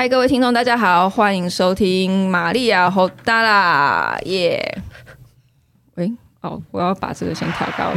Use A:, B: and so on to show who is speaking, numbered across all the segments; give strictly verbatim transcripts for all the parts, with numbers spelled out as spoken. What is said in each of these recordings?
A: 嗨，各位听众，大家好，欢迎收听玛利亚侯达啦耶！喂，哦，我要把这个先调高，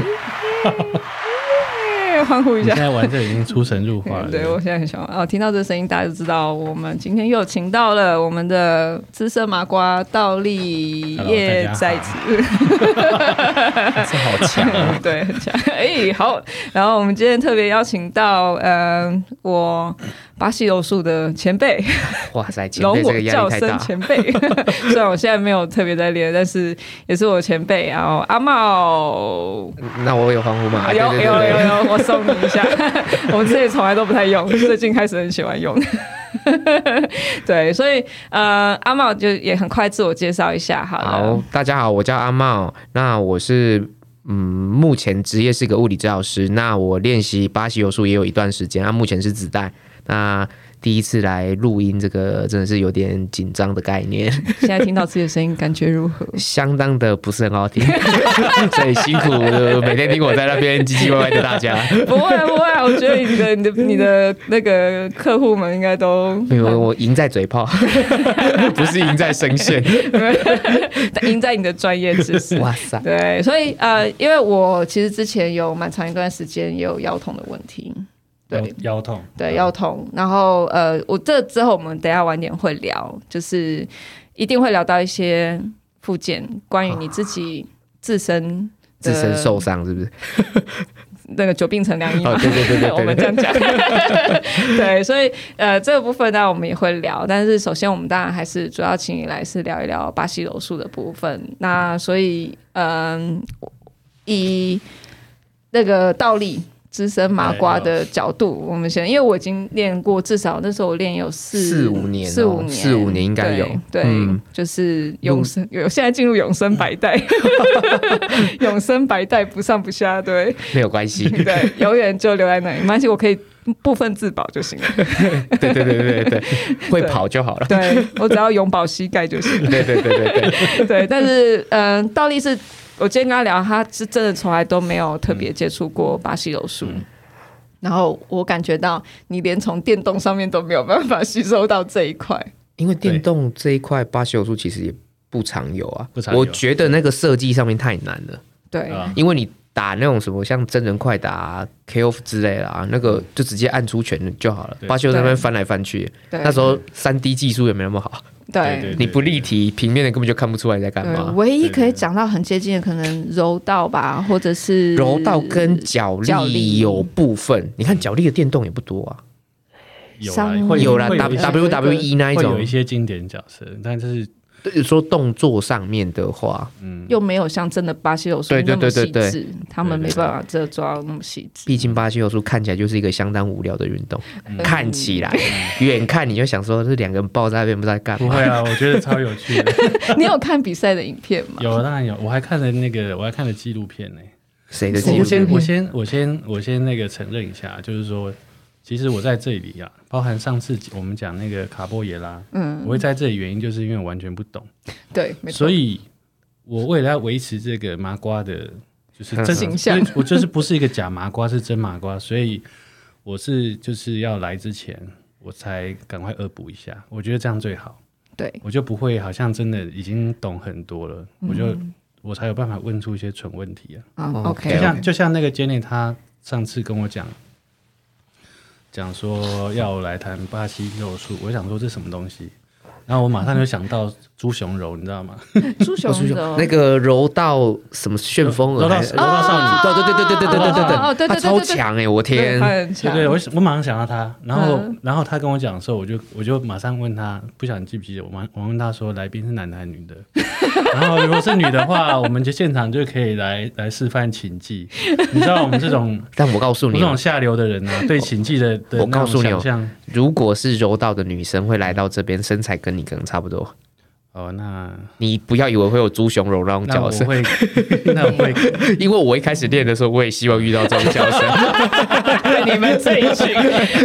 A: 欢呼一下。
B: 你现在玩这已经出神入化了。
A: 对，我现在很喜欢哦。听到这声音，大家就知道我们今天又请到了我们的资深麻瓜倒立耶，在此，
B: 这好强哦，
A: 对，很强。哎，好。然后我们今天特别邀请到，呃，我巴西柔术的前辈，
C: 哇塞，前辈这个压力太大。
A: 前辈，虽然我现在没有特别在练，但是也是我前辈。然后阿茂，
C: 那我有欢呼吗？
A: 有有有有，我送你一下。我们之前从来都不太用，最近开始很喜欢用。对，所以呃，阿茂就也很快自我介绍一下好了。
C: 好，大家好，我叫阿茂，那我是嗯，目前职业是个物理治疗师，那我练习巴西柔术也有一段时间，那目前是子代，那第一次来录音，这个真的是有点紧张的概念。
A: 现在听到自己的声音，感觉如何？
C: 相当的不是很好听，所以辛苦每天听我在那边唧唧歪歪的大家。
A: 不会不会，我觉得你的你的你的那个客户们应该都
C: 没有，我赢在嘴炮，不是赢在声线，
A: 赢在你的专业知识。
C: 哇塞，
A: 对，所以呃，因为我其实之前有蛮长一段时间也有腰痛的问题。对，
B: 腰痛，
A: 对腰痛，然后呃，我这之后我们等一下晚点会聊，就是一定会聊到一些附件，关于你自己自身
C: 自身受伤是不是？
A: 那个久病成良医嘛，
C: 哦、对对对 对, 对，
A: 我们这样讲。对，所以呃，这个部分呢我们也会聊，但是首先我们当然还是主要请你来是聊一聊巴西柔术的部分。那所以嗯、呃，以那个倒立资深麻瓜的角度，我们先，因为我已经练过，至少那时候我练有四
C: 四五年，
A: 四五年，
C: 四五年应该有。
A: 对，对嗯、就是永生，有现在进入永生百代，永生百代不上不下，对，
C: 没有关系，
A: 对，永远就留在那里，没关系，我可以部分自保就行了。
C: 对对对对对，会跑就好了。
A: 对，我只要永保膝盖就行了。
C: 对对对对对
A: 对，但是嗯、呃，倒立是。我今天跟他聊，他是真的从来都没有特别接触过巴西柔术、嗯，然后我感觉到你连从电动上面都没有办法吸收到这一块，
C: 因为电动这一块巴西柔术其实也不常有啊，
B: 不常有，
C: 我觉得那个设计上面太难了。
A: 对，
B: 啊、
C: 因为你打那种什么像真人快打、啊、K O 之类的啊，那个就直接按出拳就好了。巴西柔术那边翻来翻去，那时候三 D 技术也没那么好。
A: 对，
B: 对, 对, 对，
C: 你不立体平面的根本就看不出来在干嘛。
A: 唯一可以讲到很接近的，可能柔道吧，或者是
C: 柔道跟角力有部分。你看角力的电动也不多啊，
B: 有啦，会
C: 有啦 ，W W E 那一种
B: 会有一些经典角色，但是。
C: 说动作上面的话，
A: 嗯，又没有像真的巴西柔术那么细致，他们没办法这抓到那么细致。
C: 毕竟巴西柔术看起来就是一个相当无聊的运动，嗯、看起来远、嗯、看你就想说这两个人抱在那边不知道在干嘛。
B: 不会啊，我觉得超有趣的。
A: 你有看比赛的影片吗？
B: 有，当然有，我还看了那个，我还看了纪录片呢、欸。
C: 谁的纪录片？
B: 我先，我先，我先那个承认一下，就是说。其实我在这里啊，包含上次我们讲那个卡波耶拉，嗯，我会在这里原因就是因为我完全不懂，
A: 对，没错，
B: 所以我为了要维持这个麻瓜的，就是真
A: 形象，
B: 我就是不是一个假麻瓜，是真麻瓜，所以我是就是要来之前，我才赶快恶补一下，我觉得这样最好，
A: 对，
B: 我就不会好像真的已经懂很多了，嗯、我就我才有办法问出一些蠢问题
A: 啊。啊 ，OK，
B: 就像就像那个 Jenny 她上次跟我讲。讲说要来谈巴西柔术，我想说这是什么东西，然后我马上就想到猪熊柔，你知道吗？
A: 猪熊柔
C: 那个柔道什么旋风
B: 柔道柔道少女，
C: 对对对对对对对对对对，他超强哎，我天！
B: 对对，我我马上想到他，然后然后他跟我讲的时候，我就我就马上问他，不晓得你记不记得，我我问他说来宾是男的还是女的？然后如果是女的话，我们就现场就可以来来示范擒技。你知道我们这种，
C: 但我告诉你，
B: 这种下流的人啊，对擒技的的
C: 我告诉你
B: 哦，
C: 如果是柔道的女生会来到这边，身材跟你可能差不多。
B: 哦，那
C: 你不要以为会有猪熊柔那种角色，
B: 那我会，那我会，
C: 因为我一开始练的时候，我也希望遇到这种角色。
A: 你们这一群，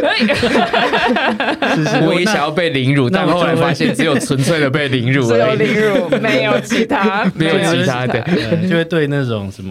C: 我也想要被凌辱，但后来发现只有纯粹的被凌辱而已，
A: 只有凌辱，没有其他，
C: 没有其他的，
B: 就会对那种什么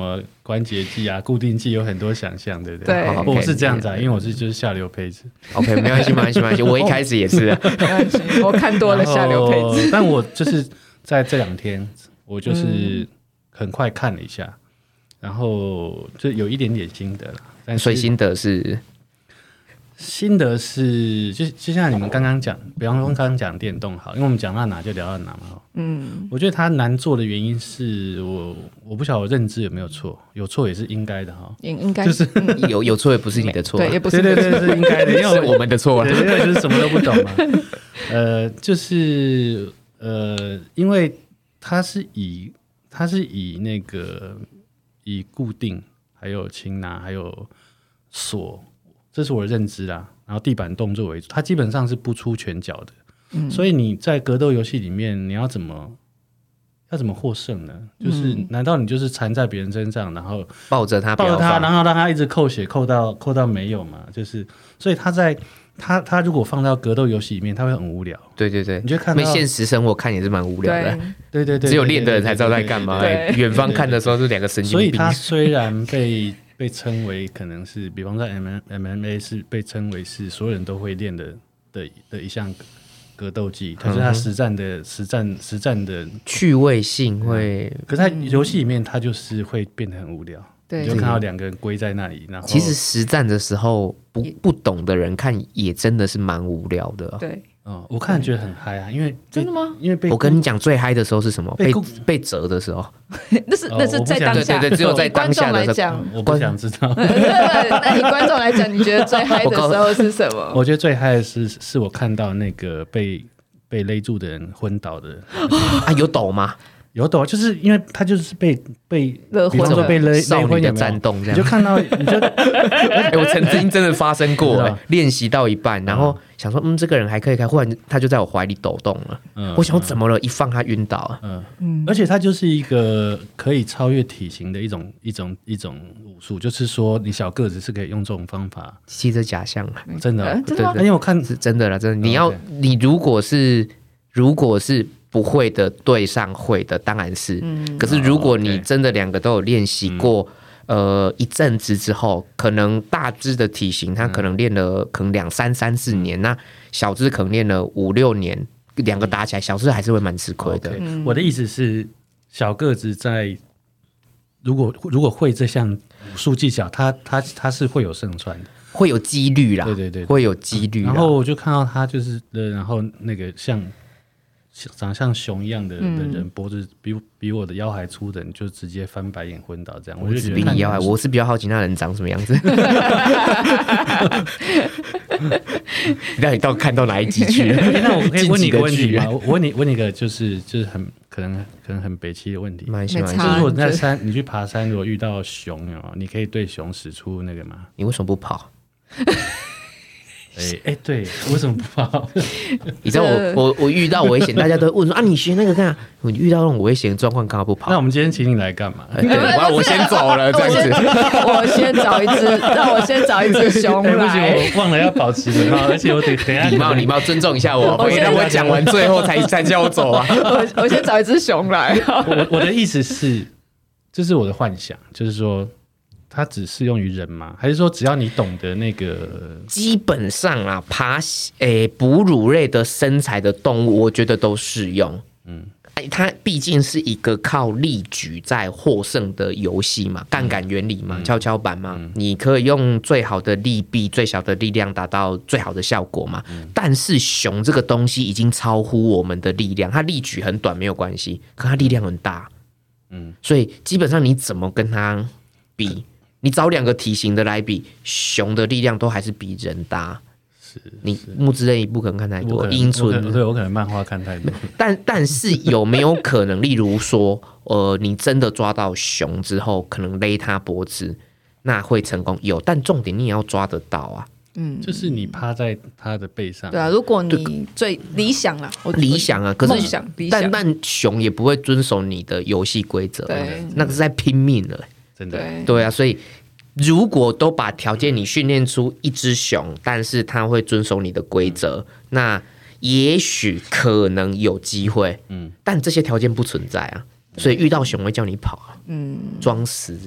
B: 关节剂啊、固定剂有很多想象，对不对？
A: 对，
B: 我是这样子啊，因为我是就是下流胚子。
C: OK， 没关系，没关系，没关系。我一开始也是，
A: 没关系，我看多了下流胚子。
B: 但我就是在这两天，我就是很快看了一下，然后就有一点点心得了。但是
C: 所以心得是。
B: 心得是，就就像你们刚刚讲，比方说刚刚讲电动好，因为我们讲到哪就聊到哪嘛。嗯，我觉得它难做的原因是我我不晓得我认知有没有错，有错也是应该的哈。
A: 应应该
B: 就是、
A: 嗯、
C: 有有错也不是你的错，
A: 对，也不是
B: 对对对是应该的，因为
C: 是我们的错
B: 对，因为就是什么都不懂嘛。呃，就是呃，因为它是以它是以那个以固定还有擒拿还有锁。这是我的认知啦，然后地板动作为主，它基本上是不出拳脚的，嗯、所以你在格斗游戏里面，你要怎么要怎么获胜呢？就是难道你就是缠在别人身上，然后
C: 抱着他，
B: 抱着他，然后让他一直扣血，扣到扣到没有嘛？就是所以他在他他如果放到格斗游戏里面，他会很无聊。
C: 对对对，
B: 你就看到
C: 现实生活看也是蛮无聊的。
B: 对对 对, 对，
C: 只有练的人才知道在干嘛，远方看的时候是两个神经病。
B: 所以他虽然被被称为可能是，比方在 M M A 是被称为是所有人都会练的的的一项格斗技，可是它实战的实战实战的
C: 趣味性会，
B: 可是它游戏里面它就是会变得很无聊。
A: 对，
B: 你就看到两个人归在那里，然后
C: 其实实战的时候不不懂的人看也真的是蛮无聊的。
A: 对。
B: 哦，我看觉得很嗨啊，因为
A: 真的吗？
B: 因为被
C: 我跟你讲，最嗨的时候是什么？被被折的时候，
A: 那是那是在当下，
C: 对对对，只有在当下的
A: 时候。
B: 我不想知道。
A: 那以观众来讲，你觉得最嗨的时候是什么？
B: 我觉得最嗨的是是我看到那个被被勒住的人昏倒的
C: 啊，有抖吗？
B: 有抖，就是因为他就是被被
A: 勒昏，
B: 被勒勒昏
C: 的战动这样，
B: 你就看到你就，
C: 哎，我曾经真的发生过，练习到一半，然后想说，嗯，这个人还可以开，忽然他就在我怀里抖动了，嗯，我想怎么了？一放他晕倒了，
B: 嗯嗯，而且他就是一个可以超越体型的一种一种一种武术，就是说你小个子是可以用这种方法，
C: 其实假象啊，
B: 真的，
A: 真的，
B: 因为我看
C: 是真的啦，真的，你要你如果是如果是。不会的对上会的当然是，嗯、可是如果你真的两个都有练习过，嗯、呃一阵子之后，可能大只的体型他可能练了可能两三三四年，嗯、那小只可能练了五六年，两个打起来，小只还是会蛮吃亏的。
B: 嗯、我的意思是，小个子在如果如果会这项武术技巧，他他他是会有胜算的，
C: 会有几率啦，
B: 对对 对, 对，
C: 会有几率。
B: 然后我就看到他就是，然后那个像。长像熊一样的的人，嗯、脖子比比我的腰还粗的人，就直接翻白眼昏倒，这样我就觉得
C: 比你腰还，我是比较好奇那人长什么样子。你到底到看到哪一集去了？
B: 那我可以问你一个问题吗？我问你问你一个就是就是很可能可能很北七的问题，
C: 蛮
B: 就是如果在山你去爬山，如果遇到熊，你可以对熊使出那个吗？
C: 你为什么不跑？
B: 哎、欸欸、对，为什么不跑？
C: 你知道我我我遇到危险，大家都问说啊，你学那个干嘛？我遇到那种危险的状况，干嘛不跑？
B: 那我们今天请你来干嘛？
C: 对，我我先走了，这样子。
A: 我先找一只，让我先找一只熊来。
B: 欸、不行，我忘了要保持礼貌，而且我得等一下
C: 礼貌礼貌，尊重一下我，不然我讲完最后才才叫我走啊。
A: 我我先找一只熊来。
B: 我我的意思是，这是我的幻想，就是说。它只适用于人吗？还是说只要你懂得那个？
C: 基本上啊，爬诶哺乳类的身材的动物，我觉得都适用。嗯，它毕竟是一个靠力举在获胜的游戏嘛，杠杆原理嘛，跷跷板嘛，嗯、你可以用最好的力臂、最小的力量达到最好的效果嘛。嗯、但是熊这个东西已经超乎我们的力量，它力举很短没有关系，可它力量很大。嗯，所以基本上你怎么跟它比？你找两个体型的来比，熊的力量都还是比人大。
B: 是，
C: 你木之类不可能看太多，樱村
B: 对我可能漫画看太多。
C: 但但是有没有可能，例如说，呃，你真的抓到熊之后，可能勒它脖子，那会成功？有，但重点你也要抓得到啊。
B: 嗯，就是你趴在它的背上。
A: 对啊，如果你最理想啦，
C: 理想啊，可是
A: 梦想，
C: 但但熊也不会遵守你的游戏规则，对，那个是在拼命了。
B: 真的 对,
C: 对啊，所以如果都把条件你训练出一只熊，但是它会遵守你的规则，嗯、那也许可能有机会，嗯，但这些条件不存在啊，所以遇到熊会叫你跑啊，嗯，装死之类。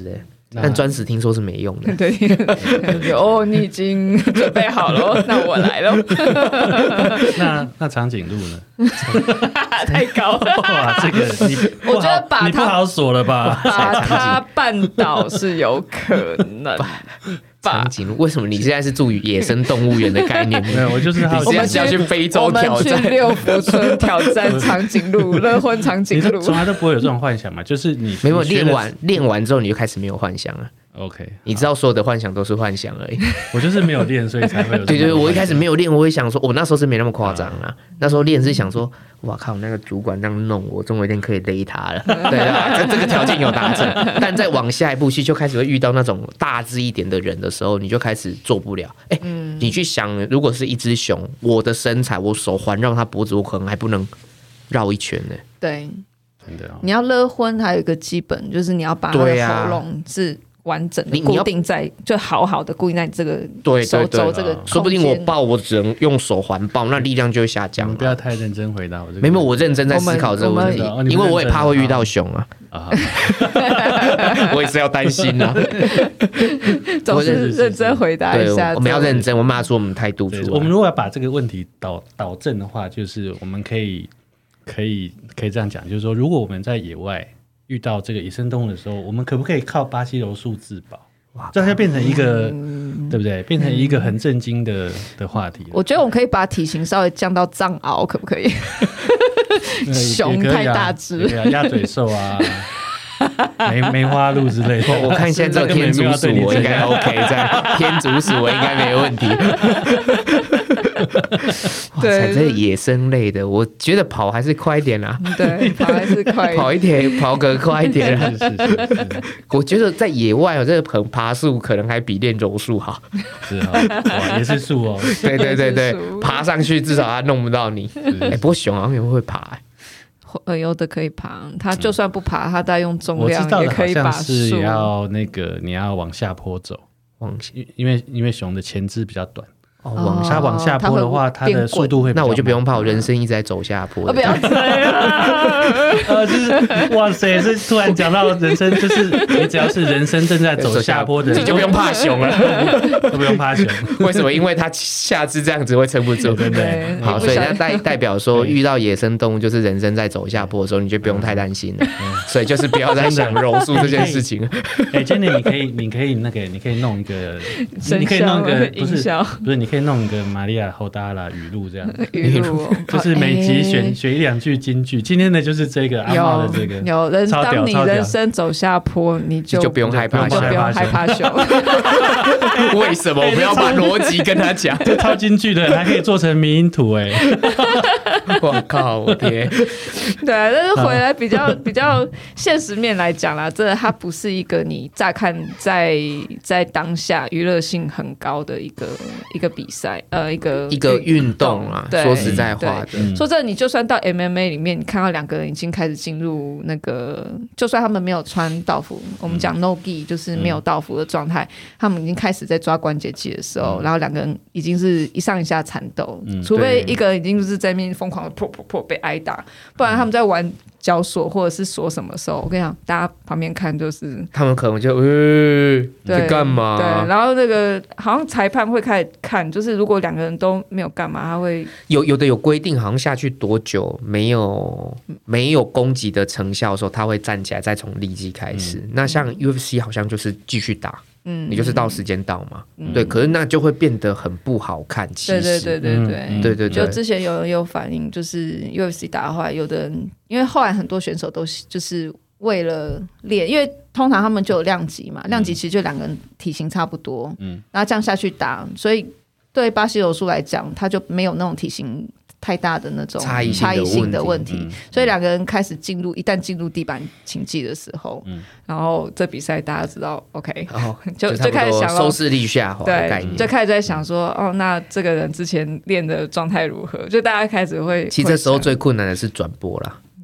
C: 但专死听说是没用的。
A: 对，哦，你已经准备好了，那我来了。
B: 那那长颈鹿呢？
A: 太高了，
B: 哇，这个你
A: 我觉得把它
B: 你不好锁了吧？
A: 把它绊倒是有可能。
C: 长颈鹿？为什么你现在是住野生动物园的概念？
B: 没有，我就是好
C: 奇，你是要去非洲挑战，
A: 我们去六福村挑战长颈鹿，乐婚长颈鹿。
B: 你从来都不会有这种幻想嘛？就是你
C: 没有练完，练完之后你就开始没有幻想了。
B: OK，
C: 你知道所有的幻想都是幻想而已。
B: 我就是没有练，所以才会有。
C: 对对，我一开始没有练，我会想说，我那时候是没那么夸张啊。那时候练是想说，哇靠，那个主管那样弄我，总有一天可以勒他了。对啊，这这个条件有达成。但再往下一步去，就开始会遇到那种大只一点的人的时候，你就开始做不了。哎、欸，嗯、你去想，如果是一只熊，我的身材，我手环绕它脖子，我可能还不能绕一圈呢。
A: 对，
B: 真的、哦。
A: 你要勒婚，还有一个基本就是你要把它的喉咙是。完整的固定在，就好好的固定在这个手肘这个，
C: 说不定我抱我只能用手环抱，那力量就会下降。
B: 你不要太认真回答我这个。
C: 没有，我认真在思考这个问题，因为我也怕会遇到熊啊。啊，我也是要担心啊。
A: 总是认真回答一下。
C: 我们要认真，我们要说我们态度出来。
B: 我们如果要把这个问题导导正的话，就是我们可以可以可以这样讲，就是说，如果我们在野外遇到这个野生动物的时候，我们可不可以靠巴西柔术自保？这就变成一个、嗯，对不对？变成一个很震惊的、嗯、的话题。
A: 我觉得我们可以把体型稍微降到藏獒，可不可以？熊太大只，
B: 对啊，鸭嘴兽啊，梅梅花鹿之类的。
C: 我看现在这个天竺鼠，我应该 OK， 在天竺鼠我应该没问题。哇塞，这野生类的，我觉得跑还是快一点啦。
A: 对，跑还是快一点，
C: 跑一点，跑个快一点。
B: 是是是是
C: 我觉得在野外，我这个爬树可能还比练柔术好。
B: 是啊、哦，也是树哦。
C: 对对对对，爬上去至少它弄不到你。哎、欸，不过熊好像也会爬、欸。
A: 呃，有的可以爬，它就算不爬，它再用重量也可以把树。
B: 我知道的好像是要那个，你要往下坡走，往因为因为熊的前肢比较短。哦，往下往下坡的话，它的速度会比较慢，
C: 那我就不用怕，我人生一直在走下坡。
A: 不要这样，
B: 呃，就是哇塞，是突然讲到人生，就是你只要是人生正在走下坡的，
C: 你就不用怕熊了，
B: 都不用怕熊。
C: 为什么？因为它下肢这样子会撑不住，
B: 对不对？
C: 好，所以那代代表说，遇到野生动物，就是人生在走下坡的时候，你就不用太担心了。所以就是不要再想柔术这件事情。
B: 哎，真的，你可以，你可以那个，你可以弄一个，你可以弄一个，不是不是，你可以弄一个玛利亚·侯达拉语录这样，
A: 语录
B: 就是每集选选一两句金句。今天的就是这个阿嬷的这个，
A: 有人当你人生走下坡，你就
C: 就不用害怕，
A: 就不用害怕熊。
C: 为什么？我们要把逻辑跟他讲，
B: 这超金句的，还可以做成迷因图哎！
C: 我靠，我天！
A: 对啊，但是回来比较比较现实面来讲啦，这它不是一个你乍看在在当下娱乐性很高的一个一个比赛，呃，一个
C: 一个运动啊。说实在话的，
A: 嗯、说真的，你就算到 M M A 里面，你看到两个人已经开始进入那个，就算他们没有穿道服，我们讲 no gi 就是没有道服的状态，嗯、他们已经开始在抓关节技的时候，嗯、然后两个人已经是一上一下缠斗，嗯、除非一个人已经就是在那边疯狂的破破破被挨打，不然他们在玩脚锁或者是锁什么时候，我跟你讲，大家旁边看就是
C: 他们可能就呃你在干嘛？
A: 对，然后那个好像裁判会开始看，就是如果两个人都没有干嘛，他会
C: 有有的有规定，好像下去多久没有没有攻击的成效的时候，他会站起来再从立即开始。嗯、那像 U F C 好像就是继续打。嗯，你就是到时间到嘛，嗯、对，可是那就会变得很不好看。其实，
A: 对对对对对、
C: 嗯、对对对，
A: 就之前有人有反映，就是 U F C 打的话，有的人因为后来很多选手都就是为了练，因为通常他们就有量级嘛，量级其实就两个人体型差不多，嗯，然后这样下去打，所以对巴西柔术来讲，他就没有那种体型太大的那种差异性的问题，嗯、所以两个人开始进入，一旦进入地板擒技的时候，嗯、然后这比赛大家知道 ，OK，、哦、就就开始想
C: 收视率下滑的概念，
A: 对，就开始在想说，哦，那这个人之前练的状态如何？就大家开始会，
C: 其实这时候最困难的是转播啦。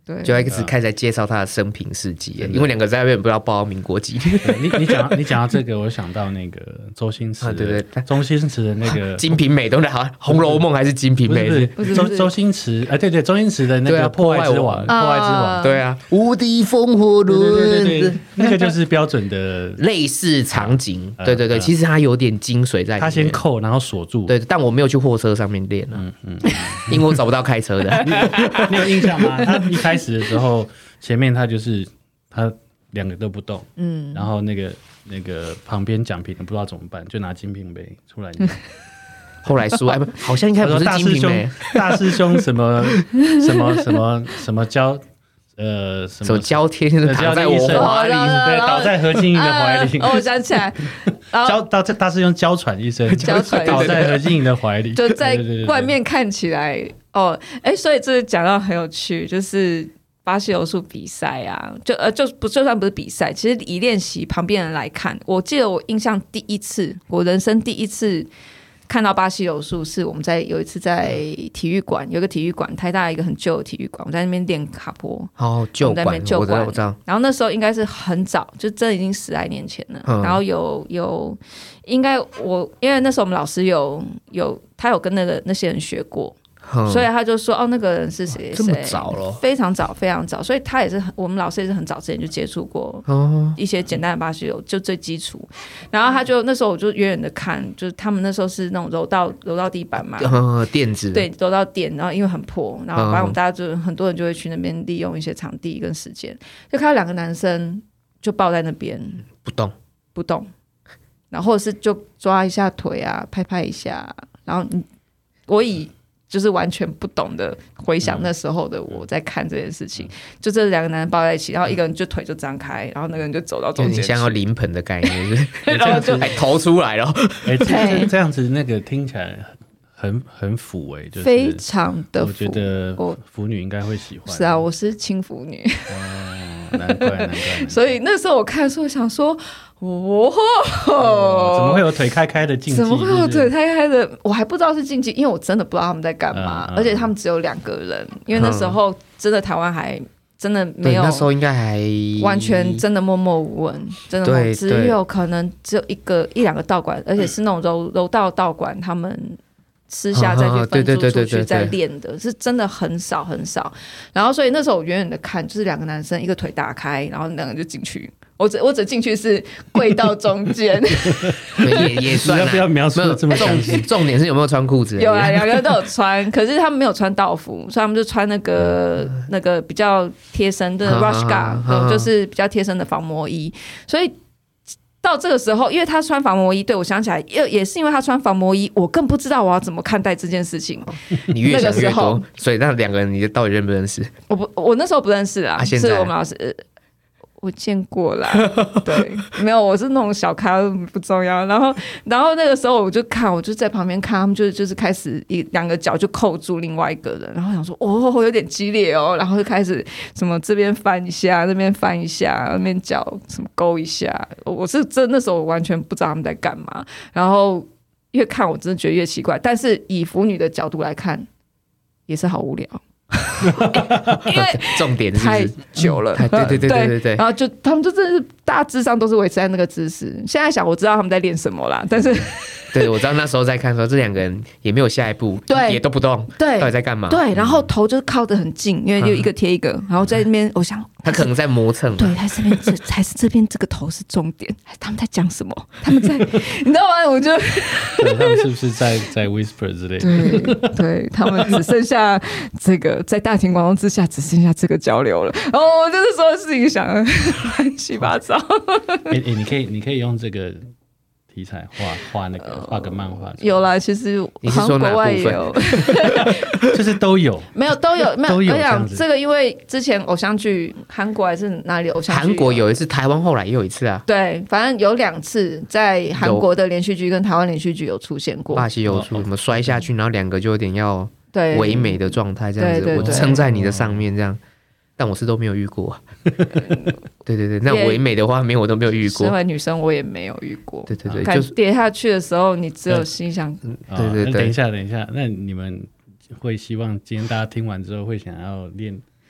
A: 对，
C: 就 X 开始在介绍他的生平事迹，因为两个在那边不知道报民国几年。
B: 你你讲你讲到这个，我想到那个周星驰、啊，
C: 对对，
B: 周星驰的那个
C: 《金瓶梅》都那好，《红楼梦》还是《金瓶梅》？
B: 不是周周星驰，哎、呃，对对，周星驰的那个破坏之王，破坏之王，
C: 对啊，无敌风火轮，
B: 对对对，那个就是标准的
C: 类似场景，对对对，其实它有点精髓在里面。
B: 他先扣，然后锁住，
C: 对，但我没有去货车上面练啊，嗯嗯，因为我找不到开车的。
B: 你有印象吗？他一开始的时候，前面他就是他两个都不动，嗯，然后那个那个旁边讲评的不知道怎么办，就拿金瓶梅出来。
C: 后来说，哎，好像应该不是金瓶梅，
B: 大师兄什么什么什么什么教。呃，什么
C: 焦天躺在我怀里，
B: 对，倒在何静怡的怀里。
A: 哦，我想起来，
B: 娇大大师用娇喘一声，
A: 娇喘
B: 倒在何静怡的怀里，
A: 就在外面看起来哦，哎，所以这讲到很有趣，就是巴西柔术比赛啊，就呃就不就算不是比赛，其实以练习旁边人来看，我记得我印象第一次，我人生第一次。看到巴西柔术是我们在有一次在体育馆，有一个体育馆，台大一个很旧的体育馆，我在那边练卡波。
C: 哦，旧馆，旧馆，我知道。
A: 然后那时候应该是很早，就真的已经十来年前了。嗯、然后有有，应该我因为那时候我们老师有有他有跟那个那些人学过。嗯、所以他就说哦，那个人是谁？
C: 这么早了，
A: 非常早，非常早。所以他也是很，我们老师也是很早之前就接触过一些简单的巴西柔，就最基础。然后他就那时候我就远远的看，就是他们那时候是那种柔道柔道地板嘛，
C: 嗯、垫子
A: 对，柔道垫。然后因为很破，然后反正我们大家就很多人就会去那边利用一些场地跟时间，就看到两个男生就抱在那边
C: 不动
A: 不动，然后或者是就抓一下腿啊，拍拍一下，然后我以。就是完全不懂得回想那时候的我在看这件事情，就这两个男人抱在一起，然后一个人就腿就张开，然后那个人就走到中间，
C: 像要临盆的概念，然后就头出来了。
B: 哎、欸，这样子那个听起来很很腐哎、欸，就是
A: 非常的腐，
B: 我觉得腐女应该会喜欢。
A: 是啊，我是轻腐女。
B: 哦，难怪难怪。
A: 所以那时候我看的时候想说。哦，
B: 怎么会有腿开开的竞技？
A: 怎么会有腿开开的？我还不知道是竞技，因为我真的不知道他们在干嘛，嗯嗯、而且他们只有两个人，因为那时候真的台湾还真的没有，
C: 那时候应该还
A: 完全真的默默无闻，真的只有可能只有一个一两个道馆，而且是那种柔柔道道馆，他们。私下再去分租出去再练的，是真的很少很少。然后所以那时候我远远的看，就是两个男生，一个腿打开，然后两个就进去。我只我只进去是跪到中间，
C: 也也算、啊。
B: 要不要描述的这么详细？
C: 重点是有没有穿裤子？
A: 有啊，两个人都有穿，可是他们没有穿道服，所以他们就穿那个那个比较贴身的 rush guard，就是比较贴身的防磨衣，所以。到这个时候，因为他穿防磨衣，对我想起来，也也是因为他穿防磨衣，我更不知道我要怎么看待这件事情。
C: 你越想越多，所以那两个人你到底认不认识？
A: 我不，我那时候不认识啊，
C: 啊
A: 是我们老师。我见过啦，对，没有，我是那种小咖不重要。然后，然后那个时候我就看，我就在旁边看，他们就就是开始一两个脚就扣住另外一个人，然后想说哦，有点激烈哦，然后就开始什么这边翻一下，那边翻一下，那边脚什么勾一下。我是真那时候我完全不知道他们在干嘛，然后越看我真的觉得越奇怪。但是以腐女的角度来看，也是好无聊。因为
C: 重点是
A: 太久了，
C: 对对对对对对，
A: 然后就他们就真的是大致上都是维持在那个姿势。现在想我知道他们在练什么啦，但是
C: 对我知道那时候在看的时候，这两个人也没有下一步，对，也都不动，
A: 对，
C: 到底在干嘛？
A: 对，然后头就靠得很近，因为就一个贴一个，然后在那边，我想
C: 他可能在磨蹭，
A: 对，他这边这还是这边这个头是重点，他们在讲什么？他们在，你知道吗？我就
B: 他们是不是在在 whisper 之类的？
A: 对，对他们只剩下这个在大庭广众之下只剩下这个交流了。然后我就是说事情想乱七八糟。
B: 哎、欸欸，你可以你可以用这个题材画画那个画个漫画。
A: 有啦，其实
C: 你是说哪部分？
A: 也有
B: 就是都有，没
A: 有都有没有。
B: 都有
A: 我想这个，因为之前偶像剧韩国还是哪里偶像剧？
C: 韩国有一次，台湾后来也有一次啊。
A: 对，反正有两次在韩国的连续剧跟台湾连续剧有出现过。
C: 巴西柔术什么摔下去，然后两个就有点要唯美的状态这样子，
A: 对对对，
C: 我撑在你的上面这样。但我是都没有遇过、啊，对对对，那唯美的画面我都没有遇过。
A: 身为女生，我也没有遇过。
C: 对对对，
A: 就是跌下去的时候，你只有心想，
B: 嗯、对对对。等一下，等一下，那你们会希望今天大家听完之后会想要练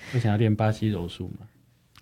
B: 会想要练巴西柔术吗？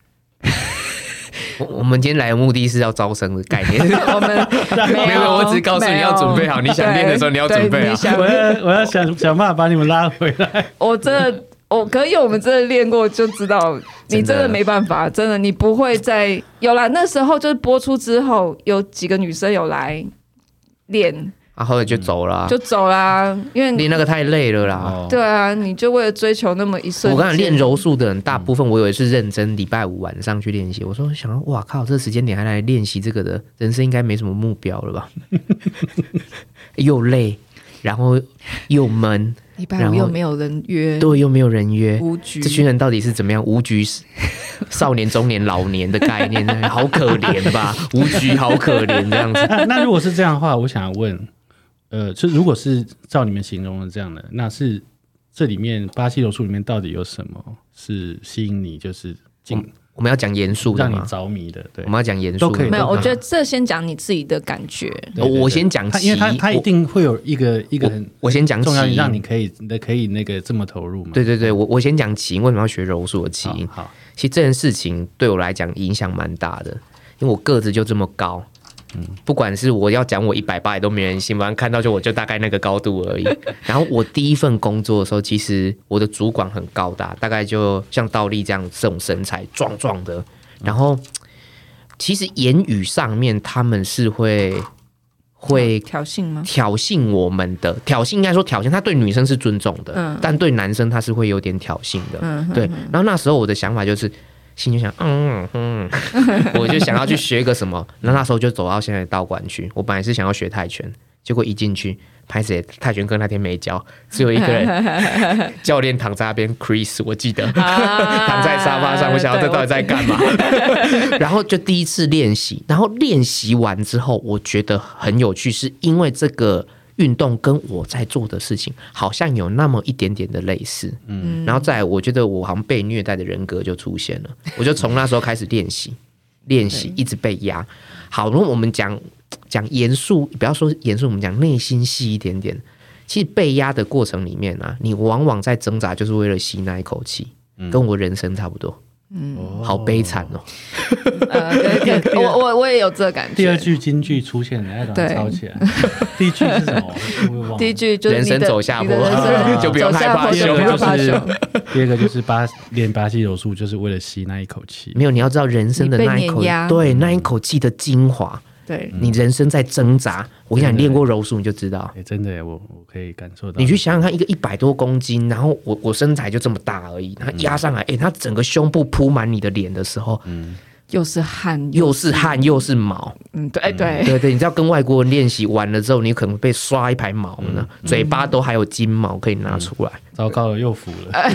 C: 我我们今天来的目的是要招生的概念。
A: 我们没
C: 没有，我只是告诉你要准备好，你想练的时候你要准备好。
B: 我要我要想想办法把你们拉回来。
A: 我真的，我可以，我们真的练过就知道，你真的没办法，真的你不会再有啦。那时候就是播出之后，有几个女生有来练。
C: 啊，后来就走了、啊，
A: 就走啦，因为
C: 练那个太累了啦。
B: 哦、
A: 对啊，你就为了追求那么一瞬间。
C: 我刚才练柔术的人，大部分我以为是认真，礼拜五晚上去练习。我说想到，哇靠，这个时间点还来练习这个的，人生应该没什么目标了吧？又累，然后又闷，
A: 礼拜五又没有人约，
C: 对，又没有人约，
A: 无局。
C: 这群人到底是怎么样？无局少年、中年、老年的概念，好可怜吧？无局好可怜这样子。
B: 那, 那如果是这样的话，我想问。呃，就如果是照你们形容的这样的，那是这里面巴西柔术里面到底有什么是吸引你？就是进、嗯、
C: 我们要讲严肃的吗，
B: 让你着迷的，对，
C: 我们要讲严肃
B: 都可以。
A: 没有，我觉得这先讲你自己的感觉。
C: 对对对我先讲，
B: 因为他他一定会有一个一个很
C: 我先讲
B: 重要，让你可以可以那个这么投入嘛。
C: 对对对，我我先讲起因，为什么要学柔术的起因？
B: 好，
C: 其实这件事情对我来讲影响蛮大的，因为我个子就这么高。不管是我要讲我一百八也都没人信，反正看到就我就大概那个高度而已。然后我第一份工作的时候，其实我的主管很高大，大概就像倒立这样这种身材壮壮的。然后其实言语上面他们是会会
A: 挑衅吗？
C: 挑衅我们的，挑衅应该说挑衅，他对女生是尊重的，嗯、但对男生他是会有点挑衅的。嗯、对。然后那时候我的想法就是。心就想，嗯嗯，我就想要去学一个什么，那那时候就走到现在的道馆去。我本来是想要学泰拳，结果一进去，拍摄泰拳课那天没教，只有一个人，教练躺在那边 ，Chris， 我记得、啊、躺在沙发上，我想要这到底在干嘛？然后就第一次练习，然后练习完之后，我觉得很有趣，是因为这个。运动跟我在做的事情好像有那么一点点的类似，嗯，然后再来我觉得我好像被虐待的人格就出现了，我就从那时候开始练习，练习一直被压。好，如果我们讲讲严肃，不要说严肃，我们讲内心细一点点。其实被压的过程里面啊，你往往在挣扎，就是为了吸那一口气，跟我人生差不多。嗯，好悲惨哦。
A: 呃，对对，我我我也有这个感觉。
B: 第二句金句出现了，要把它抄起来。第一句是什么？
A: 第一句就是
C: 人生走下坡，
A: 啊、
C: 就不用害怕
B: 凶。第二个就是第二个就是巴练巴西柔术，就是为了吸那一口气。
C: 没有，你要知道人生的那一口，对那一口气的精华。对，你人生在挣扎，我跟你讲，练过柔术你就知道。
B: 欸、真的耶，我我可以感受到。
C: 你去想想看，一个一百多公斤，然后我我身材就这么大而已，他压上来，哎、欸，他整个胸部铺满你的脸的时候，嗯，
A: 又是汗，
C: 又是汗，又是毛，
A: 嗯，对对
C: 对对，你知道跟外国人练习完了之后，你可能被刷一排毛呢，嗯、嘴巴都还有金毛可以拿出来。
B: 嗯糟糕了，又服了，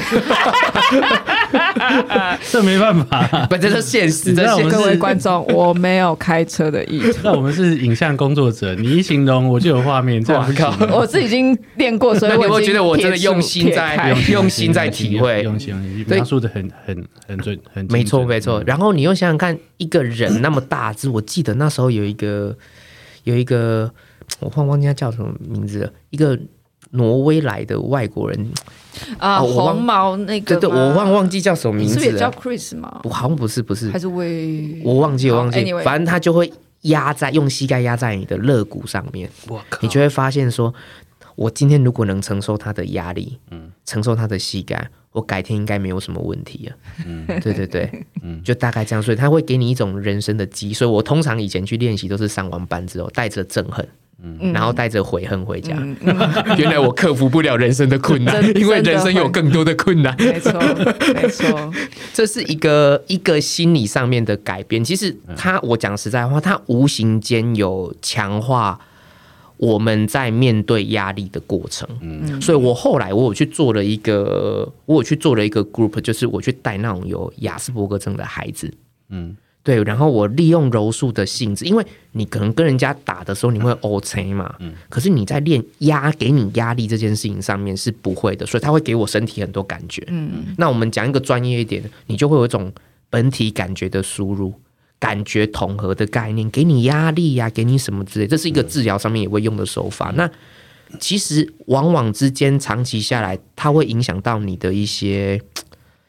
B: 这没办法，
C: 不，这是现实。
A: 这是各位观众，我没有开车的意图。
B: 那我们是影像工作者，你一形容我就有画面，这样不行。
A: 我是已经练过，所以我
C: 觉得我真的用心在用心在体会，
B: 用心用心描述的很很很准，很
C: 没错没错。然后你又想想看，一个人那么大只，我记得那时候有一个有一个，我忘忘记他叫什么名字了，一个。挪威来的外国人
A: 啊，哦、红毛那个，
C: 对对，我忘忘记叫什么名字了，
A: 是不是也叫 Chris 吗？
C: 我好像不是，不是，
A: 还是威，
C: 我忘记，我忘记，
A: anyway
C: 反正他就会压在用膝盖压在你的肋骨上面，你就会发现说，我今天如果能承受他的压力，嗯，承受他的膝盖，我改天应该没有什么问题了。嗯，对对对，嗯，就大概这样，所以他会给你一种人生的激，所以我通常以前去练习都是上完班之后带着憎恨。嗯、然后带着悔恨回家、嗯嗯、原来我克服不了人生的困难，因为人生有更多的困难。
A: 没错没错，
C: 这是一个一个心理上面的改变。其实他我讲实在话，他无形间有强化我们在面对压力的过程。嗯，所以我后来我有去做了一个我有去做了一个 group， 就是我去带那种有亚斯伯格症的孩子。嗯，对，然后我利用柔术的性质，因为你可能跟人家打的时候你会 O C 嘛，嗯，可是你在练压给你压力这件事情上面是不会的，所以它会给我身体很多感觉。嗯，那我们讲一个专业一点，你就会有一种本体感觉的输入，感觉统合的概念，给你压力呀、啊，给你什么之类，这是一个治疗上面也会用的手法。嗯、那其实往往之间长期下来，它会影响到你的一些。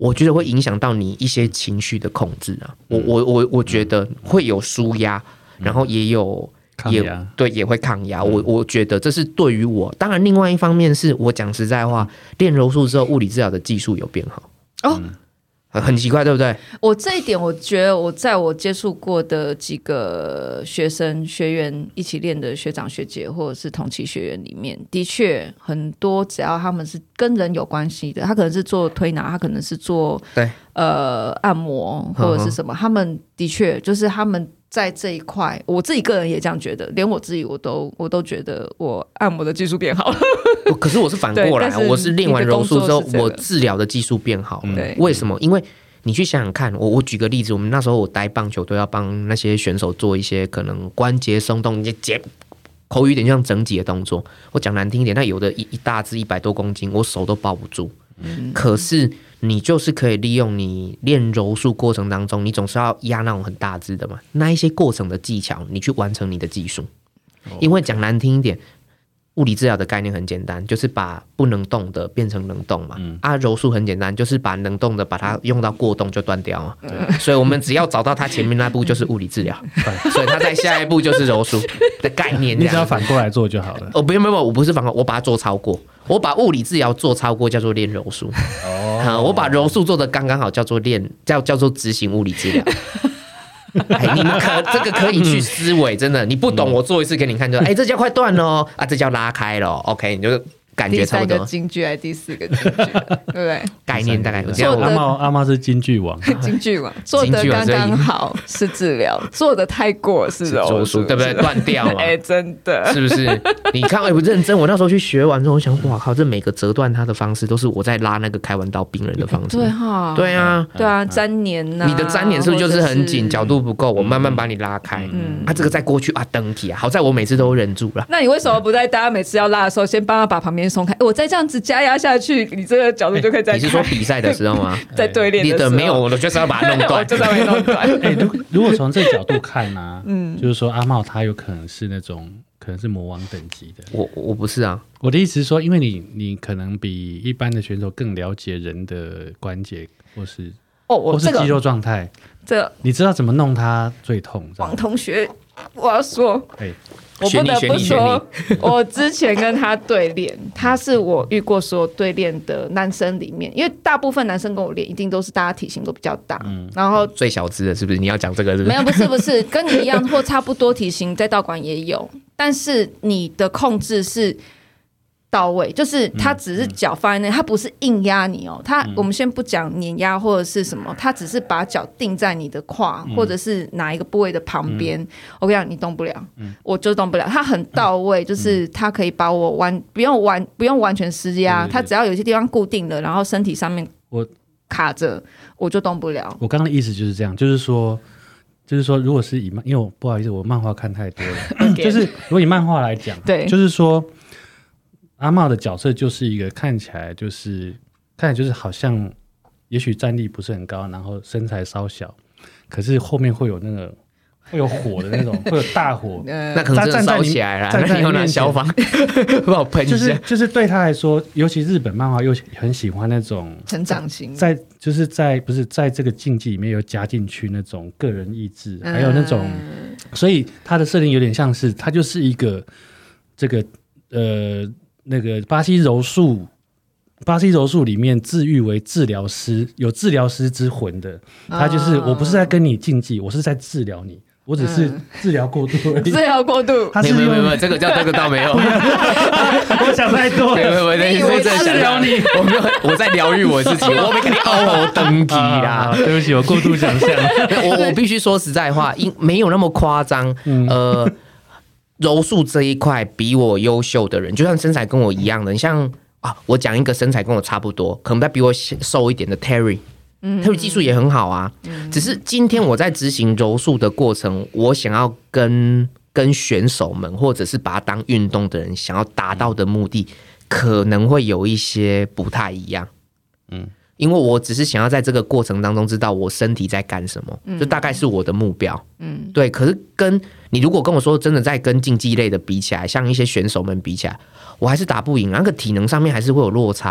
C: 我觉得会影响到你一些情绪的控制啊。我我我我觉得会有舒压，然后也有
B: 抗压，
C: 对，也会抗压。我我觉得这是对于我，当然另外一方面是我讲实在话，练柔术之后，物理治疗的技术有变好
A: 哦。
C: 很奇怪，对不对？
A: 我这一点，我觉得我在我接触过的几个学生、学员一起练的学长、学姐，或者是同期学员里面，的确很多，只要他们是跟人有关系的，他可能是做推拿，他可能是做
C: 对
A: 呃按摩或者是什么，他们的确就是他们在这一块，我自己个人也这样觉得，连我自己我都我都觉得我按摩的技术变好了。
C: 可是我是反过来，是我是练完柔术之后，我治疗的技术变好了。
A: 嗯、
C: 为什么？因为你去想想看，我我举个例子，我们那时候我带棒球队要帮那些选手做一些可能关节松动、一些解口语一点像整脊的动作。我讲难听一点，那有的一一大只一百多公斤，我手都抱不住。嗯、可是你就是可以利用你练柔术过程当中，你总是要压那种很大只的嘛，那一些过程的技巧，你去完成你的技术。因为讲难听一点。物理治疗的概念很简单，就是把不能动的变成能动嘛。嗯、啊，柔术很简单，就是把能动的把它用到过动就断掉嘛。所以我们只要找到它前面那步就是物理治疗，所以它在下一步就是柔术的概念。
B: 你只要反过来做就好了。
C: 哦，不用不用，我不是反过，我把它做超过，我把物理治疗做超过叫做练柔术。哦、嗯，我把柔术做的刚刚好叫做练叫叫做执行物理治疗。哎，你们可这个可以去思维，真的，你不懂，我做一次给你看就，哎，这叫快断了啊，这叫拉开了 ，OK， 你就感觉差不多。
A: 第三个京剧还是第四个京剧，对不对？
C: 概念大概
A: 这样。
B: 阿茂阿茂是京剧王，
A: 京剧王做的刚刚好是治疗，做的太过是柔术，
C: 对不对？断掉嘛，
A: 哎，真的，
C: 是不是？你看，哎，不认真。我那时候去学完之后，我想，哇靠，这每个折断它的方式都是我在拉那个开完刀病人的方式。
A: 对哈，
C: 对啊，
A: 对啊，粘连呐，
C: 你的粘连是不是就是很紧，角度不够？我慢慢把你拉开。嗯，啊，这个再过去啊，登体啊，好在我每次都忍住了。
A: 那你为什么不在大家每次要拉的时候，先帮他把旁边松开？我再这样。这样子加压下去，你这个角度就可以再、欸。
C: 你是说比赛的时候吗？
A: 在对练的时候，
C: 你的没有，我就是要把它弄断，
A: 就是要把它弄断。
B: 哎、欸，如如果从这个角度看呢、啊，嗯，就是说阿茂他有可能是那种可能是魔王等级的。
C: 我我不是啊，
B: 我的意思是说，因为你你可能比一般的选手更了解人的关节，或是
A: 哦，我
B: 或是肌肉状态，
A: 这个
B: 你知道怎么弄它最痛。
A: 王同学，我要说，
B: 哎。
A: 我不得不说，我之前跟他对练，他是我遇过所有对练的男生里面，因为大部分男生跟我练，一定都是大家体型都比较大，嗯、然后
C: 最小只的是不是？你要讲这个是不是？
A: 没有，不是不是，跟你一样或差不多体型，在道馆也有，但是你的控制是到位，就是他只是脚放在那，他不是硬压你哦。他、嗯、我们先不讲碾压或者是什么，他只是把脚定在你的胯、嗯、或者是哪一个部位的旁边。嗯、我跟你讲，你动不了，嗯、我就动不了。他很到位，就是他可以把我完不用完不用完全施压，他只要有些地方固定了，然后身体上面我卡着，我就动不了。
B: 我刚刚的意思就是这样，就是说。就是说，如果是以漫，因为我不好意思，我漫画看太多了。就是如果以漫画来讲，
A: 对，
B: 就是说阿茂的角色就是一个看起来就是看起来就是好像，也许战力不是很高，然后身材稍小，可是后面会有那个会有火的那种，会有大火，
C: 那可能真的烧起来了，站在你有拿消防帮我喷一下。
B: 就是就是对他来说，尤其日本漫画又很喜欢那种
A: 成长型，
B: 在就是在不是在这个竞技里面有加进去那种个人意志，嗯、还有那种，所以他的设定有点像是他就是一个这个呃那个巴西柔术。巴西柔术里面自喻为治疗师，有治疗师之魂的，他就是我不是在跟你竞技，我是在治疗你，我只是治疗过度而已。
A: 治疗过度，
C: 他是没有没有没有，这个叫这个倒没有。
B: 我想太多了。
C: 没有没有，没有，我在治疗你，我没有，我在疗愈我自己，我没给你嗷嗷登基啦。
B: 对不起，我过度想象。
C: 我我必须说实在话，因没有那么夸张。呃，柔术这一块比我优秀的人，就算身材跟我一样的，你像。啊，我讲一个身材跟我差不多，可能他比我瘦一点的 Terry， 嗯，Terry 技术也很好啊。嗯、只是今天我在执行柔术的过程，我想要跟跟选手们，或者是把它当运动的人，想要达到的目的，可能会有一些不太一样。嗯，因为我只是想要在这个过程当中知道我身体在干什么，这、嗯、大概是我的目标。嗯，对。可是跟你如果跟我说真的在跟竞技类的比起来，像一些选手们比起来。我还是打不赢，那个体能上面还是会有落差、啊。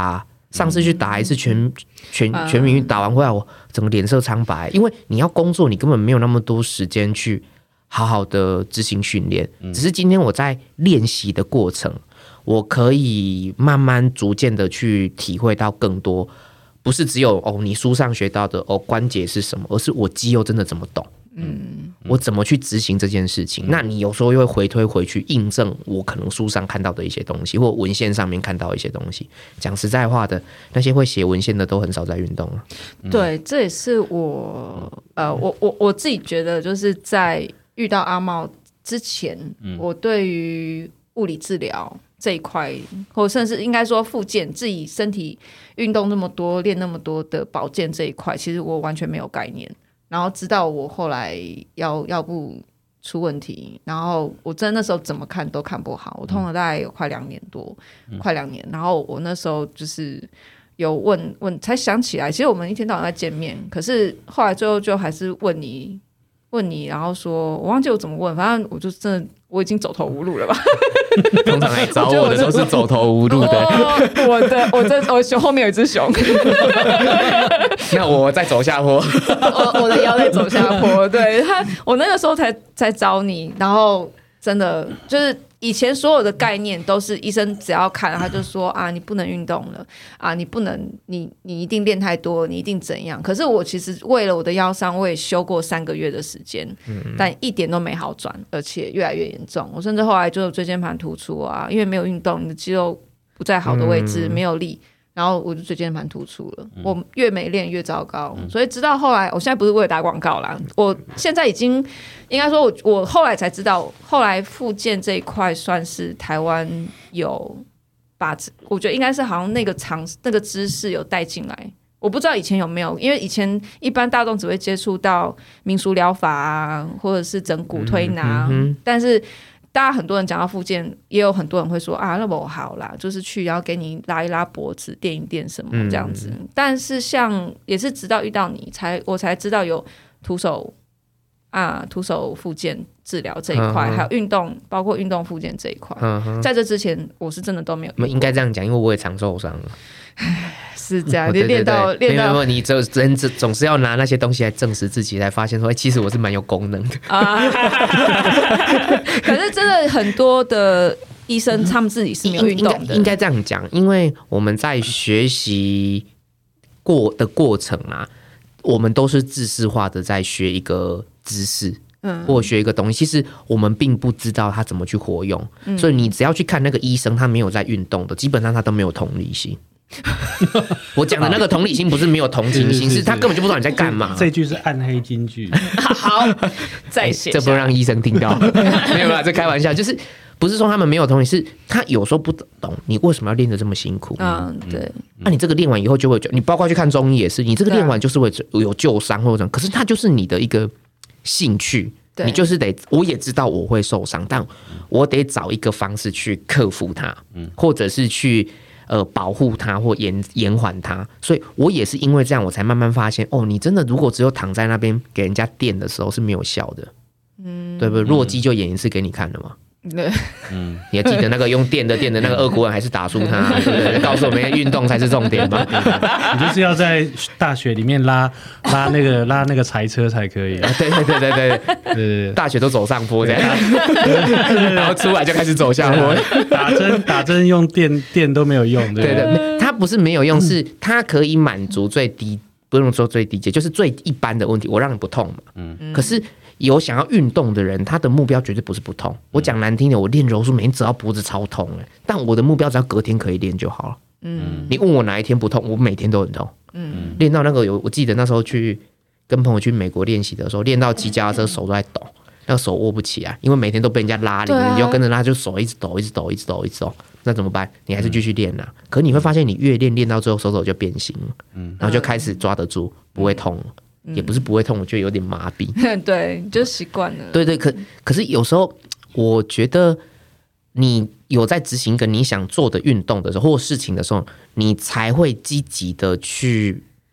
C: 上次去打一次全全全民运打完回来，我整个脸色苍白，因为你要工作，你根本没有那么多时间去好好的执行训练。只是今天我在练习的过程，我可以慢慢逐渐的去体会到更多，不是只有哦你书上学到的哦关节是什么，而是我肌肉真的怎么懂。嗯，我怎么去执行这件事情？那你有时候又会回推回去印证我可能书上看到的一些东西，或文献上面看到的一些东西。讲实在话的，那些会写文献的都很少在运动了。
A: 对，这也是我呃，我我我自己觉得，就是在遇到阿茂之前，嗯、我对于物理治疗这一块，或甚至应该说复健，自己身体运动那么多、练那么多的保健这一块，其实我完全没有概念。然后直到我后来腰腰部出问题，然后我真的那时候怎么看都看不好，我痛了大概有快两年多，嗯、快两年。然后我那时候就是有问问，才想起来，其实我们一天到晚在见面，可是后来最后就还是问你问你，然后说我忘记我怎么问，反正我就真的我已经走投无路了吧。
C: 通常来找我的都是走投无路的。
A: 我, 我的我这我熊后面有一只熊。
C: 那我再走下坡。
A: 我我的腰在走下坡。对他，我那个时候才才找你，然后真的就是以前所有的概念都是医生只要看他就说啊，你不能运动了啊，你不能你你一定练太多，你一定怎样。可是我其实为了我的腰伤，我也休过三个月的时间，嗯、但一点都没好转，而且越来越严重。我甚至后来就椎间盘突出啊，因为没有运动，你的肌肉不在好的位置，嗯、没有力。然后我就椎间盘突出了，嗯、我越没练越糟糕，嗯、所以直到后来，我现在不是为了打广告啦，我现在已经应该说我，我后来才知道，后来复健这一块算是台湾有把，我觉得应该是好像那个常那个知识有带进来，我不知道以前有没有，因为以前一般大众只会接触到民俗疗法啊，或者是整骨推拿，嗯嗯、但是。大家很多人讲到复健，也有很多人会说啊，那不好啦，就是去然后给你拉一拉脖子、垫一垫什么这样子。嗯、但是像也是直到遇到你才，我才知道有徒手啊、徒手复健治疗这一块，嗯、还有运动，包括运动复健这一块。嗯、在这之前，我是真的都没有。
C: 应该这样讲，因为我也常受伤了。
A: 是这样，你练到练到，
C: 没有，你总人总是要拿那些东西来证实自己，才发现说，哎，其实我是蛮有功能的。啊、
A: 可是真的很多的医生，他们自己是没有运动的。应该,
C: 应该这样讲，因为我们在学习过的过程啊，我们都是自视化的在学一个知识。嗯、或学一个东西，其实我们并不知道他怎么去活用，嗯、所以你只要去看那个医生，他没有在运动的，基本上他都没有同理心。我讲的那个同理心不是没有同情心，是他根本就不知道你在干嘛。
B: 这句是暗黑金句。
A: 好，再写、欸，
C: 这不让医生听到。没有啦，这开玩笑，就是不是说他们没有同理，是他有时候不懂你为什么要练得这么辛苦。嗯，对。那、啊、你这个练完以后就会，你包括去看中医也是，你这个练完就是会有旧伤或者什么，可是它就是你的一个兴趣。你就是得，我也知道我会受伤，但我得找一个方式去克服它，嗯、或者是去呃保护它或延延缓它。所以我也是因为这样，我才慢慢发现，哦，你真的如果只有躺在那边给人家电的时候是没有效的，嗯，对不对？弱鸡就演一次给你看了嘛。对，嗯，你还记得那个用电的电的那个俄国人还是打输他，对不对？告诉我们运动才是重点嘛。
B: 你就是要在大学里面拉拉那个拉那个柴车才可以。
C: 对对对对对对对，大学都走上坡这样，然后出来就开始走下坡。
B: 打针打针用电电都没有用，对
C: 对对，它不是没有用，是它可以满足最低，不用说最低阶，就是最一般的问题，我让你不痛嘛。嗯，可是。有想要运动的人，他的目标绝对不是不痛。我讲难听的，我练柔术每天只要脖子超痛，但我的目标只要隔天可以练就好了。嗯，你问我哪一天不痛，我每天都很痛。嗯，练到那个有，我记得那时候去跟朋友去美国练习的时候，练到骑脚踏车手都在抖，那个手握不起来，因为每天都被人家拉铃，啊、你要跟着他，就手一直抖，一直抖，一直抖，一直抖。那怎么办？你还是继续练啊。嗯、可你会发现，你越练练到最后，手手就变形了，嗯，然后就开始抓得住，不会痛了。也不是不会痛，我觉得有点麻痹。
A: 对，就习惯了。
C: 对对，可可是有时候，我觉得你有在执行一个你想做的运动的时候，或事情的时候，你才会积极的去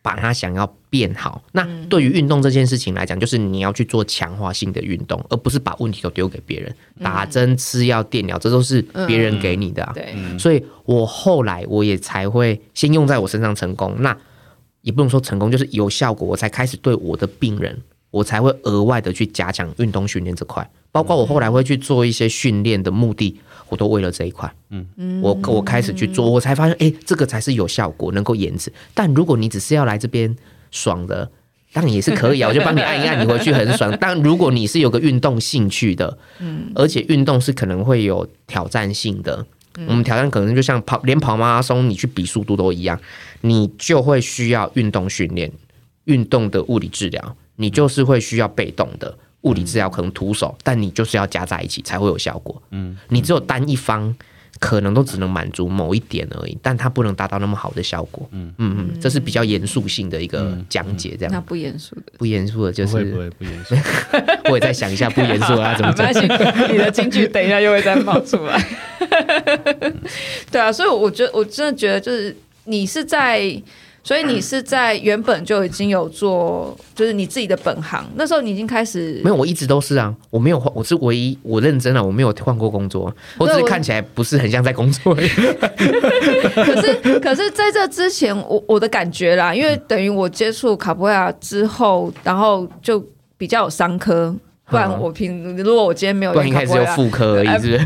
C: 把它想要变好。那对于运动这件事情来讲，就是你要去做强化性的运动，而不是把问题都丢给别人。打针、吃药、电疗，这都是别人给你的啊。
A: 对，
C: 所以我后来我也才会先用在我身上成功。那也不能说成功，就是有效果，我才开始对我的病人，我才会额外的去加强运动训练这块。包括我后来会去做一些训练的目的，我都为了这一块。嗯，我我开始去做，我才发现，哎、欸，这个才是有效果，能够延迟。但如果你只是要来这边爽的，当然也是可以啊，我就帮你按一按，你回去很爽。但如果你是有个运动兴趣的，嗯，而且运动是可能会有挑战性的。我们挑战可能就像跑，连跑马拉松，你去比速度都一样，你就会需要运动训练、运动的物理治疗，你就是会需要被动的物理治疗，可能徒手，但你就是要加在一起才会有效果。嗯，你只有单一方，可能都只能满足某一点而已，但它不能达到那么好的效果。嗯嗯嗯，这是比较严肃性的一个讲解，这样。
A: 那不严肃的，
C: 不严肃的就是
B: 不会不会不严肃。
C: 我也在想一下不严肃啊怎么讲。
A: 你的金句等一下又会再冒出来。对啊，所以我觉得我真的觉得就是你是在。所以你是在原本就已经有做，就是你自己的本行，那时候你已经开始
C: 没有？我一直都是啊，我没有，我是唯一我认真了，我没有换过工作，我只是看起来不是很像在工作而已。
A: 可是，可是在这之前，我我的感觉啦，因为等于我接触卡布亚之后，然后就比较有商科。不然我平如果我今天没有练卡布亚，
C: 不然一开始有妇科而已，是不是？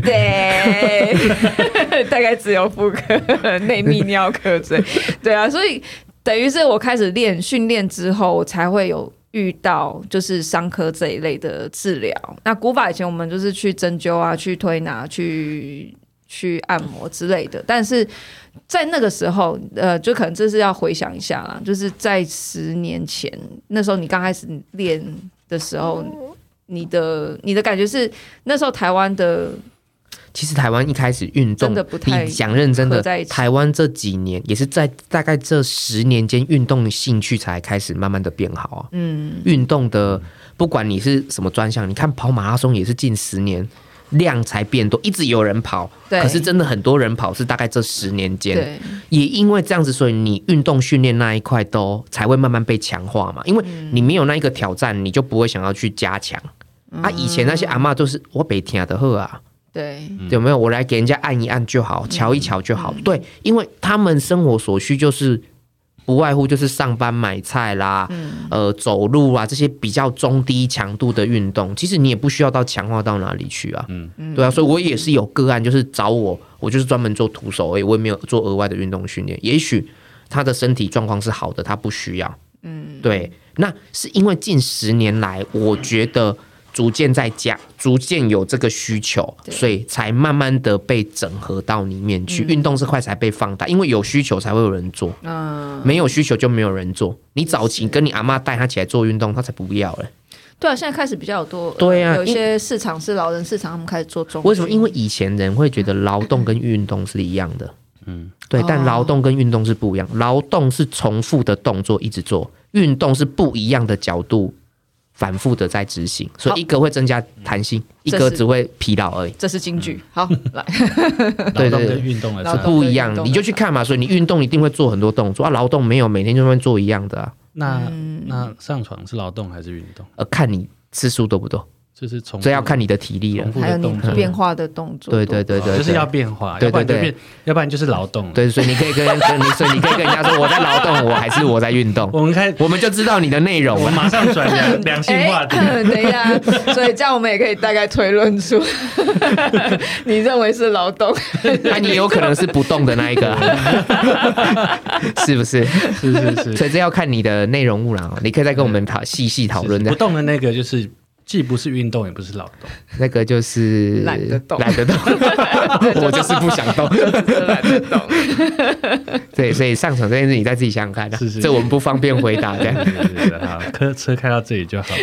A: 对，大概只有妇科、内泌尿科之类。对啊，所以等于是我开始练训练之后，我才会有遇到就是伤科这一类的治疗。那古法以前我们就是去针灸啊、去推拿、去去按摩之类的，但是在那个时候，呃，就可能这是要回想一下啦，就是在十年前，那时候你刚开始练的时候。你的你的感觉是那时候台湾的，
C: 其实台湾一开始运动，你讲认真的，台湾这几年也是在大概这十年间，运动兴趣才开始慢慢的变好啊。嗯，运动的不管你是什么专项，你看跑马拉松也是近十年量才变多，一直有人跑，可是真的很多人跑是大概这十年间，也因为这样子，所以你运动训练那一块都才会慢慢被强化嘛，因为你没有那一个挑战，你就不会想要去加强。啊，以前那些阿嬷都是我没听的好啊，
A: 对，
C: 有没有？我来给人家按一按就好，瞧一瞧就好。对，因为他们生活所需就是不外乎就是上班买菜啦，嗯、呃，走路啊这些比较中低强度的运动，其实你也不需要到强化到哪里去啊。嗯，对啊，所以我也是有个案，就是找我，我就是专门做徒手而已，我也没有做额外的运动训练。也许他的身体状况是好的，他不需要。嗯，对，那是因为近十年来，我觉得。逐渐在加，逐渐有这个需求，所以才慢慢的被整合到里面去。运动这块才被放大，因为有需求才会有人做，嗯、没有需求就没有人做。你早期跟你阿嬷带他起来做运动，他才不要嘞。
A: 对啊，现在开始比较多，
C: 对啊，
A: 有一些市场是老人市场，他们开始做重。
C: 为什么？因为以前人会觉得劳动跟运动是一样的，嗯，对，但劳动跟运动是不一样，劳动是重复的动作一直做，运动是不一样的角度。反复的在执行，所以一个会增加弹性，一个只会疲劳而已。
A: 这是金句。好，来，
B: 劳动跟运动
C: 是不一样，你就去看嘛。所以你运动一定会做很多动作啊，劳动没有每天就会做一样的啊。
B: 那那上床是劳动还是运动？
C: 呃，看你次数多不多。
B: 就是重，
C: 这要看你的体力了，
A: 还有你变化的动作。
C: 对对对对，
B: 就是要变化，
C: 对对对，
B: 要不然就是劳动。
C: 对，所以你可以跟你，所以你可以跟人家说我在劳动，我还是我在运动。
B: 我们开，
C: 我们就知道你的内容，
B: 我马上转两两性话题。
A: 等一下，所以这样我们也可以大概推论出，你认为是劳动，
C: 那你有可能是不动的那一个，是不是？
B: 是是是。
C: 所以这要看你的内容物啦，你可以再跟我们讨细细讨论。
B: 不动的那个就是。既不是运动，也不是劳动，
C: 那个就是
A: 懒得动，
C: 懒得动，我就是不想动，
A: 懒得动。
C: 对，所以上场这件事你再自己想想看、啊，
B: 是是，
C: 这我们不方便回答的。
B: 好，车车开到这里就好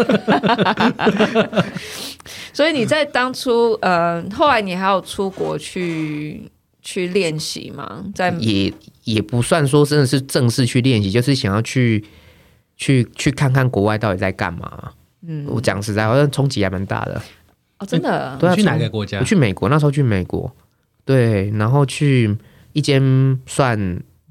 B: 了。
A: 所以你在当初，呃，后来你还有出国去去练习吗？在
C: 也也不算说真的是正式去练习，就是想要去去去看看国外到底在干嘛。嗯，我讲实在，好像冲击还蛮大的。
A: 哦，真的？
C: 对啊，
B: 去哪个国家？
C: 我去美国，那时候去美国，对，然后去一间算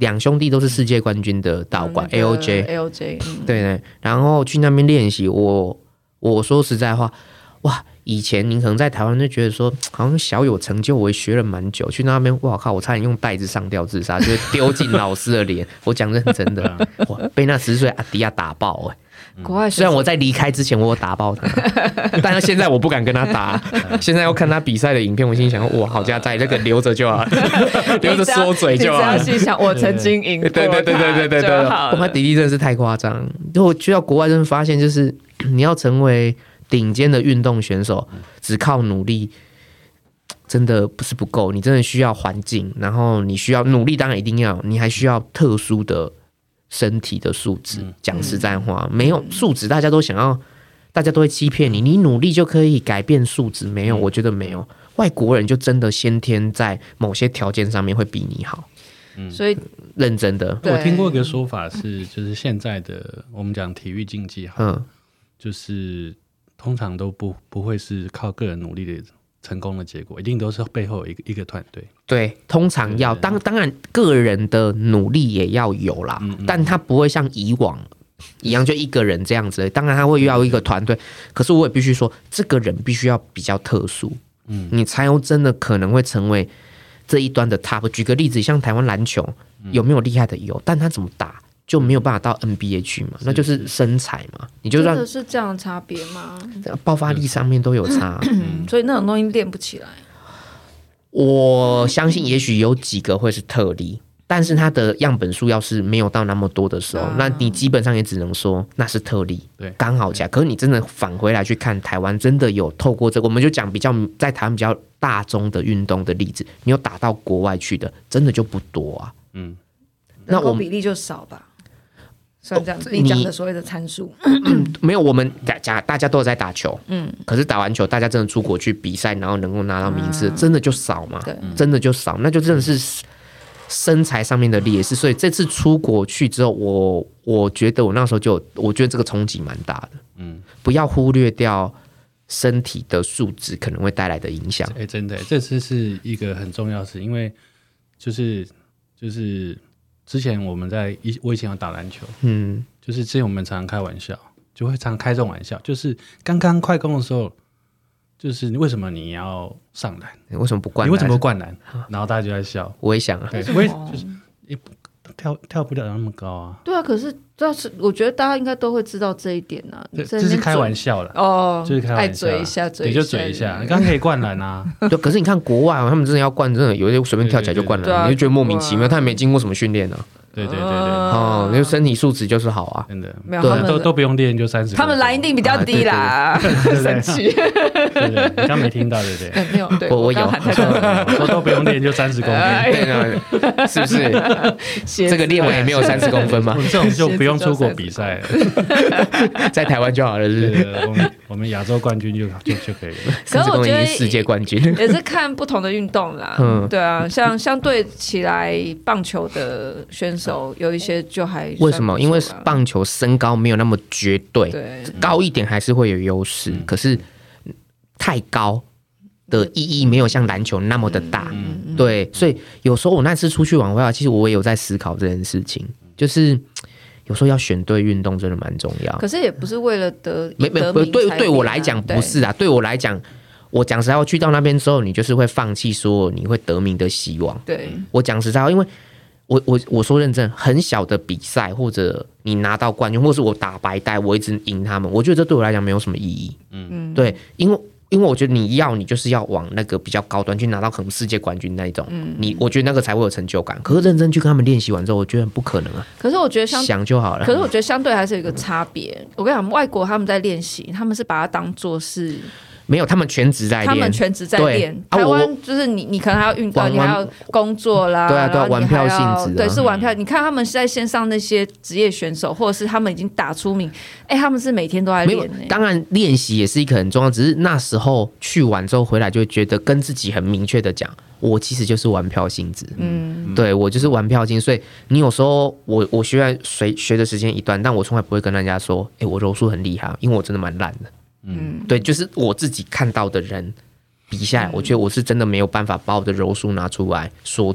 C: 两兄弟都是世界冠军的道馆、
A: 嗯、
C: A O J
A: A O J， 嗯，
C: 对对，然后去那边练习，我我说实在话，哇，以前你可能在台湾就觉得说好像小有成就，我也学了蛮久，去那边哇靠，我差点用袋子上吊自杀，就丢进老师的脸。我讲认真的，哇，被那十岁阿迪亚打爆哎、欸。
A: 国外
C: 虽然我在离开之前我有打爆他，但是现在我不敢跟他打。现在要看他比赛的影片，我心想哇，好家在那个留着就好，留着说嘴就好。
A: 你只要心想我曾经赢过他，
C: 对对对对对对对，我们迪迪真的是太夸张。我去到国外，真的发现就是你要成为顶尖的运动选手，只靠努力真的不是不够，你真的需要环境，然后你需要努力，当然一定要，你还需要特殊的身体的素质。讲实在话，没有素质，大家都想要，大家都会欺骗你，你努力就可以改变素质，没有，我觉得没有。外国人就真的先天在某些条件上面会比你好。
A: 所以
C: 认真的，
B: 我听过一个说法是，就是现在的我们讲体育竞技好，嗯，就是通常都不不会是靠个人努力的成功的结果，一定都是背后有一个一个团队。对，
C: 通常要当当然个人的努力也要有啦，嗯嗯，但他不会像以往一样就一个人这样子。当然他会要一个团队，可是我也必须说，这个人必须要比较特殊，嗯，你才有真的可能会成为这一端的 top。举个例子，像台湾篮球有没有厉害的有，但他怎么打就没有办法到 N B A 去嘛，那就是身材嘛。你就让
A: 真的是这样的差别吗？
C: 爆发力上面都有差，
A: 嗯，所以那种东西练不起来。
C: 我相信也许有几个会是特例，但是它的样本数要是没有到那么多的时候，嗯，那你基本上也只能说那是特例，刚好起来。可是你真的返回来去看台湾，真的有透过这个，我们就讲比较在台湾比较大宗的运动的例子，你有打到国外去的，真的就不多啊。嗯，
A: 那我比例就少吧。算这样子，你讲的所谓的参数，
C: 嗯，没有，我们假大家都有在打球，嗯，可是打完球，大家真的出国去比赛，然后能够拿到名次，啊，真的就少嘛，对，真的就少，那就真的是身材上面的劣势。所以这次出国去之后，我我觉得我那时候就，我觉得这个冲击蛮大的，嗯，不要忽略掉身体的素质可能会带来的影响。
B: 哎，欸，真的，这次是一个很重要的事，因为就是就是。之前我们在我以前有打篮球，嗯，就是之前我们常常开玩笑，就会常开这种玩笑，就是刚刚快攻的时候，就是为什么你要上篮？
C: 为什么不灌篮？
B: 你为什么不灌篮？然后大家就在笑。
C: 我也想啊，
B: 对，我也就是也跳跳不了那么高啊。
A: 对啊，可是这是我觉得大家应该都会知道这一点啊。
B: 这是开玩笑啦，
A: 哦，
B: 就是开玩笑，
A: 爱嘴一下，嘴
B: 一下，你就嘴一下，你刚刚可以灌篮啊。
C: 对，可是你看国外，他们真的要灌，真的有些随便跳起来就灌篮，你就觉得莫名其妙，他也没经过什么训练啊。
B: 对对对对，
C: 哦，因为身体素质就是好啊，
B: 真的，
A: 没有，
B: 对，都都不用练就三十，
A: 他们篮一定比较低啦，生气。
B: 对对，你刚没听到对不对？
A: 没有，对
C: 我我有，
B: 说都不用练就三十公分，
C: 是不是？这个练完也没有三十公分吗？
B: 这种就不用出国比赛了，
C: 在台湾就好了，是不是？
B: 我们我们亚洲冠军就就就可以了。
C: 可是我觉得世界冠军
A: 也是看不同的运动啦，嗯，对啊，像相对起来棒球的选手。有一些就还
C: 为什么？因为棒球身高没有那么绝对，对，高一点还是会有优势，嗯，可是太高的意义没有像篮球那么的大，嗯，对，所以有时候我那次出去玩回来，其实我也有在思考这件事情，就是有时候要选对运动真的蛮重要。
A: 可是也不是为了得
C: 没没对对我来讲不是啊，对我来讲。我讲实在话，去到那边之后，你就是会放弃说你会得名的希望。对，我讲实在话，因为我我我说认真，很小的比赛或者你拿到冠军，或是我打白带，我一直赢他们，我觉得这对我来讲没有什么意义。嗯，对，因为因为我觉得你要你就是要往那个比较高端去拿到可能世界冠军那一种，嗯，你我觉得那个才会有成就感。可是认真去跟他们练习完之后，我觉得不可能啊。
A: 可是我觉得相
C: 想就好了。
A: 可是我觉得相对还是有一个差别。我跟你讲，外国他们在练习，他们是把它当作是。
C: 没有，他们全职在练，
A: 他们全职在练。台湾就是你，你可能还要运动，你还要工作啦，
C: 对啊，对啊，玩票性质，
A: 对，是玩票。你看他们在线上那些职业选手，或者是他们已经打出名，哎，他们是每天都在练。
C: 当然，练习也是一个很重要，只是那时候去完之后回来，就会觉得跟自己很明确的讲，我其实就是玩票性质。嗯，对我就是玩票性，所以你有时候我我虽然学学的时间一段，但我从来不会跟人家说，哎，我柔术很厉害，因为我真的蛮烂的。嗯，对，就是我自己看到的人比下来，我觉得我是真的没有办法把我的柔术拿出来说嘴，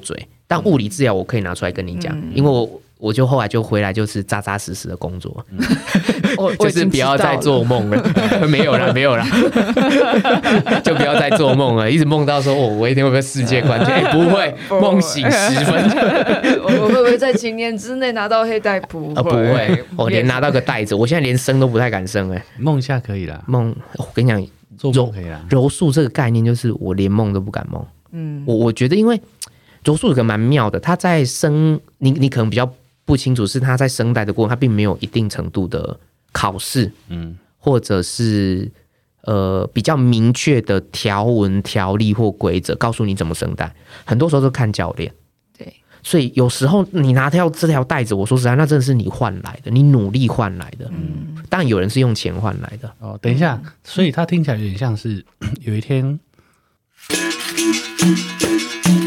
C: 但物理治疗我可以拿出来跟你讲，嗯、因为我我就后来就回来就是扎扎实实的工作，嗯、就是不要再做梦了，没有啦没有啦，就不要再做梦了，一直梦到说哦我一天会不会世界冠军？哎、欸、不会，梦醒十分，
A: 我会不会在今年之内拿到黑带？不会，呃、
C: 不会，我连拿到个袋子，我现在连生都不太敢生哎、欸，
B: 梦下可以啦，
C: 梦我跟你讲，
B: 做梦可以啦，
C: 柔术这个概念就是我连梦都不敢梦，嗯，我我觉得因为。柔术有个蛮妙的，它在声，你你可能比较不清楚，是它在声带的过程，它并没有一定程度的考试，嗯，或者是呃比较明确的条文、条例或规则，告诉你怎么声带。很多时候都看教练，
A: 对，
C: 所以有时候你拿掉这条带子，我说实在，那真的是你换来的，你努力换来的。嗯，当然有人是用钱换来的。
B: 哦，等一下，所以它听起来有点像是有一天。